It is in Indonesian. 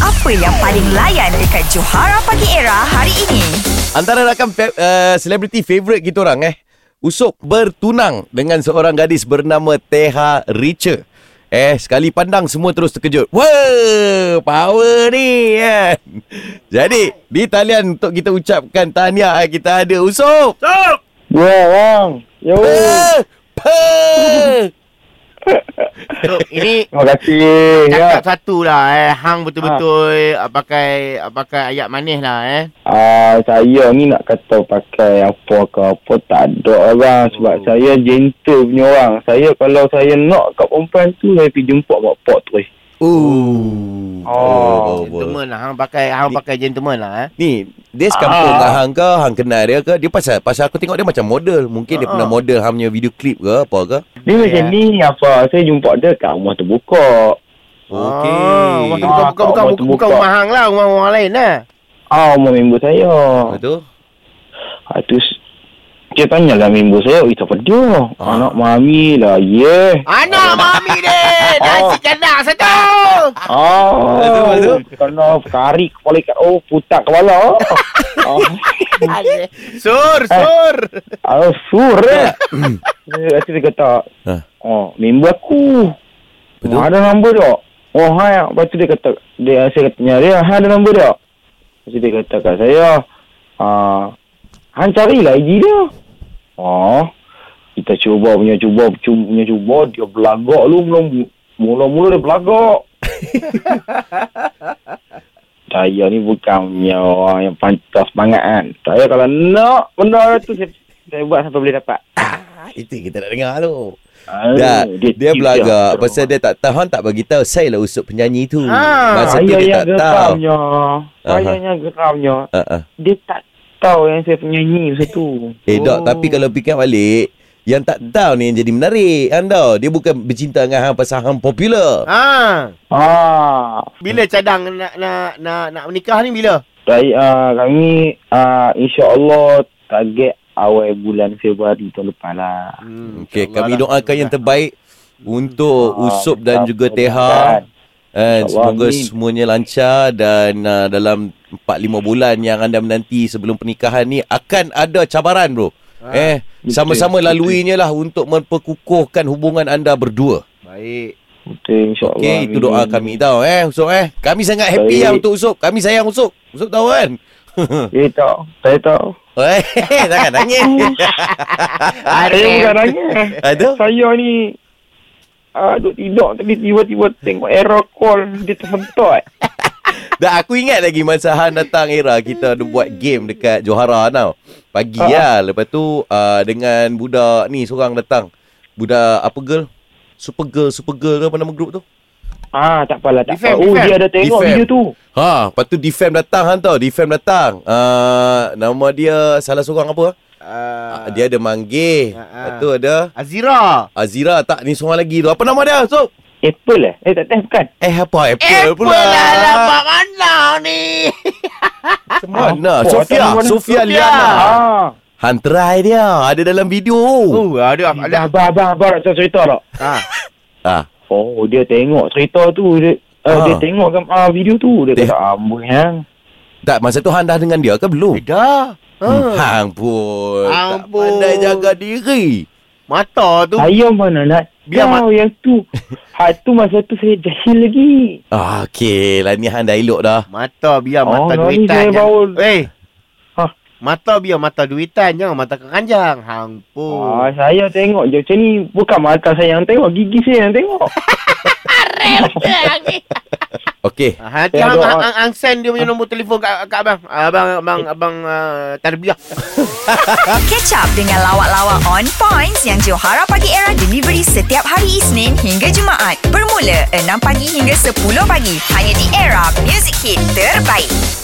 Apa yang paling layan dekat Johara Pagi Era hari ini? Antara rakam selebriti favourite kita orang Usop bertunang dengan seorang gadis bernama Teha Richa. Sekali pandang semua terus terkejut. Wah, power ni kan. Jadi, di talian untuk kita ucapkan tahniah, kita ada Usop. Stop! Ya, bang. Yo. So, ini Terima kasih. cakap satu lah Hang betul-betul pakai ayat manis lah Saya ni nak kata pakai apa ke apa tak ada orang. Sebab saya gentle punya orang. Saya kalau saya nak kat perempuan tu, saya pergi jumpa bapak tu. Gentleman lah. Hang pakai gentleman lah Ni, dia sekampung dengan Hang ke? Hang kenal dia ke? Dia pasal aku tengok dia macam model. Mungkin dia pernah model Hang punya video klip ke apa ke? Ni macam ni apa. Saya jumpa dia kat rumah terbuka. Okey. Bukan rumah Hang lah. Rumah orang lain lah. Rumah member saya. Betul? Tu dia tanyalah member saya, siapa dia? Anak mami lah, Anak mami dia. Nasi kandang satu. Betul. Kena kari kepala ikat. Putak kepala. Sur. Sur. Dia kata, member aku. Betul? Ada nombor tak? Hai. Lepas tu saya katanya dia, ada nombor tak? Lepas tu dia kata kat saya, Han carilah IG dia. Kita cuba, dia belagak lu. Mula-mula dia belagak. Saya ni bukannya orang yang pantas banget kan. Saya kalau nak benda tu, saya buat sampai boleh dapat. Itu kita nak dengar tu. Dia belagak pasal dia tak tahu. Han tak bagi tahu saya lah Usop penyanyi tu. Masa tu dia tak tahu. Sayangnya geramnya. Dia tak tahu yang saya penyanyi masa tu. Dok, tapi kalau fikir balik, yang tak tahu ni yang jadi menarik. Anda, dia bukan bercinta dengan Hang pasal Hang popular. Bila cadang nak menikah ni bila? Kami insya-Allah target awal bulan Februari tahun depan lah. Okey, kami doakan yang terbaik untuk Usop dan juga Teha. Semoga semuanya lancar dan dalam 4-5 bulan yang anda menanti sebelum pernikahan ni akan ada cabaran bro. Sama-sama laluinya lah untuk memperkukuhkan hubungan anda berdua. Baik. Betul, insya-Allah. Okey, itu doa kami tau Usop Kami sangat happy lah untuk Usop. Kami sayang Usop. Usop tahu kan? Saya tahu. Jangan nangis. Saya bukan nangis. Aduh. Saya ni duduk tidur tadi tiba-tiba tengok error call dia terhentak. Dah aku ingat lagi masa Han datang Era, kita ada buat game dekat Johara tau. Pagi lah. Lepas tu dengan budak ni seorang datang. Budak apa girl? Super girl ke apa nama grup tu? Tak apalah. Defam. Dia ada tengok Defam. video tu. Lepas tu Defam datang Han tau. Defam datang. Nama dia salah seorang apa? Dia ada Manggih. Lepas tu ada Azira. Tak, ni seorang lagi tu. Apa nama dia? Apple tak tahu bukan. Apa? Apple pula. lah mana ni? Mana? Sofia Liana. Han try dia. Ada dalam video. Ada. Abang nak cerita tak? Dia tengok cerita tu. Dia tengok video tu. Dia kata amboi hang. Tak, masa tu Han dah dengan dia ke belum? Dah. Hang pun tak pandai jaga diri. Mata tu. Saya mana nak tahu yang tu. Tu masa tu saya jahil lagi. Okey lah, ni Han dah elok dah. Mata biar mata duitan. Mata biar mata duitan, jangan mata keranjang. Hang pun. Saya tengok je macam ni. Bukan mata saya yang tengok, gigi saya yang tengok. Okey. Nanti hang send dia punya nombor telefon kat abang. Abang Tarbiyah. Catch up dengan lawak-lawak on points yang Johara Pagi Era delivery setiap hari Isnin hingga Jumaat. Bermula 6 pagi hingga 10 pagi. Hanya di Era Music Hit terbaik.